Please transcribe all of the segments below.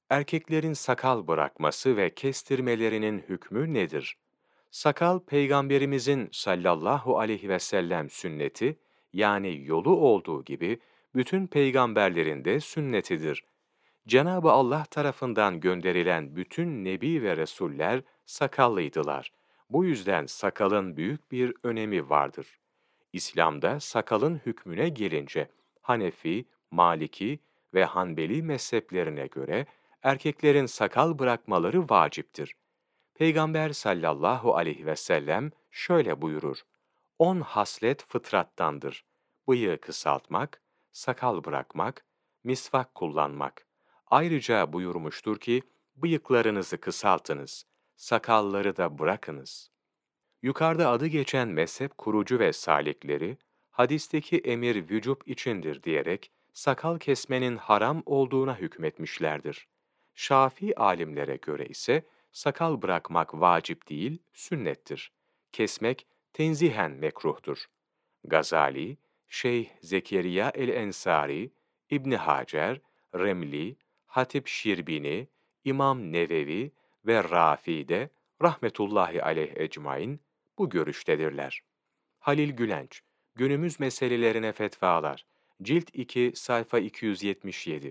Erkeklerin sakal bırakması ve kestirmelerinin hükmü nedir? Sakal, Peygamberimizin sallallahu aleyhi ve sellem sünneti, yani yolu olduğu gibi bütün peygamberlerin de sünnetidir. Cenab-ı Allah tarafından gönderilen bütün nebi ve resuller sakallıydılar. Bu yüzden sakalın büyük bir önemi vardır. İslam'da sakalın hükmüne gelince, Hanefi, Maliki ve Hanbeli mezheplerine göre erkeklerin sakal bırakmaları vaciptir. Peygamber sallallahu aleyhi ve sellem şöyle buyurur: 10 haslet fıtrattandır. Bıyığı kısaltmak, sakal bırakmak, misvak kullanmak. Ayrıca buyurmuştur ki, bıyıklarınızı kısaltınız, sakalları da bırakınız. Yukarıda adı geçen mezhep kurucu ve salikleri, hadisteki emir vücub içindir diyerek sakal kesmenin haram olduğuna hükmetmişlerdir. Şafii alimlere göre ise sakal bırakmak vacip değil, sünnettir. Kesmek tenzihen mekruhtur. Gazali, Şeyh Zekeriya el-Ensari, İbni Hacer, Remli, Hatip Şirbini, İmam Nevevi ve Rafi de rahmetullahi aleyh ecmain bu görüştedirler. Halil Gülenç, Günümüz Meselelerine Fetvalar, Cilt 2, sayfa 277.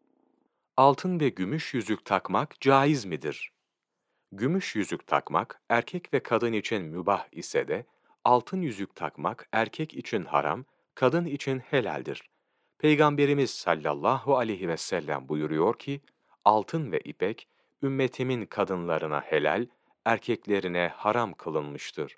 Altın ve gümüş yüzük takmak caiz midir? Gümüş yüzük takmak erkek ve kadın için mübah ise de altın yüzük takmak erkek için haram, kadın için helaldir. Peygamberimiz sallallahu aleyhi ve sellem buyuruyor ki, altın ve ipek ümmetimin kadınlarına helal, erkeklerine haram kılınmıştır.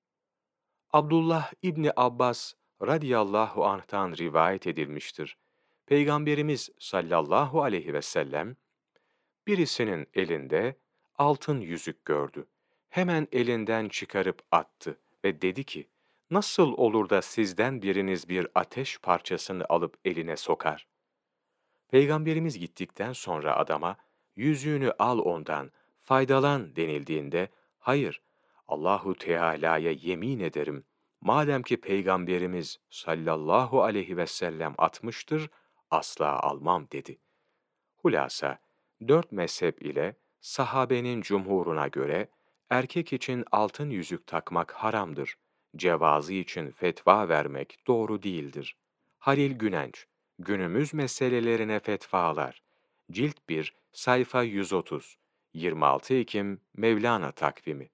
Abdullah İbni Abbas radıyallahu anh'tan rivayet edilmiştir. Peygamberimiz sallallahu aleyhi ve sellem, birisinin elinde altın yüzük gördü. Hemen elinden çıkarıp attı ve dedi ki, nasıl olur da sizden biriniz bir ateş parçasını alıp eline sokar? Peygamberimiz gittikten sonra adama, yüzüğünü al ondan, faydalan denildiğinde, hayır, Allahu Teala'ya yemin ederim, madem ki Peygamberimiz sallallahu aleyhi ve sellem atmıştır, asla almam dedi. Hulasa, 4 mezhep ile sahabenin cumhuruna göre, erkek için altın yüzük takmak haramdır. Cevazı için fetva vermek doğru değildir. Halil Günenç, Günümüz Meselelerine Fetvalar, Cilt 1, sayfa 130, 26 Ekim Mevlana takvimi.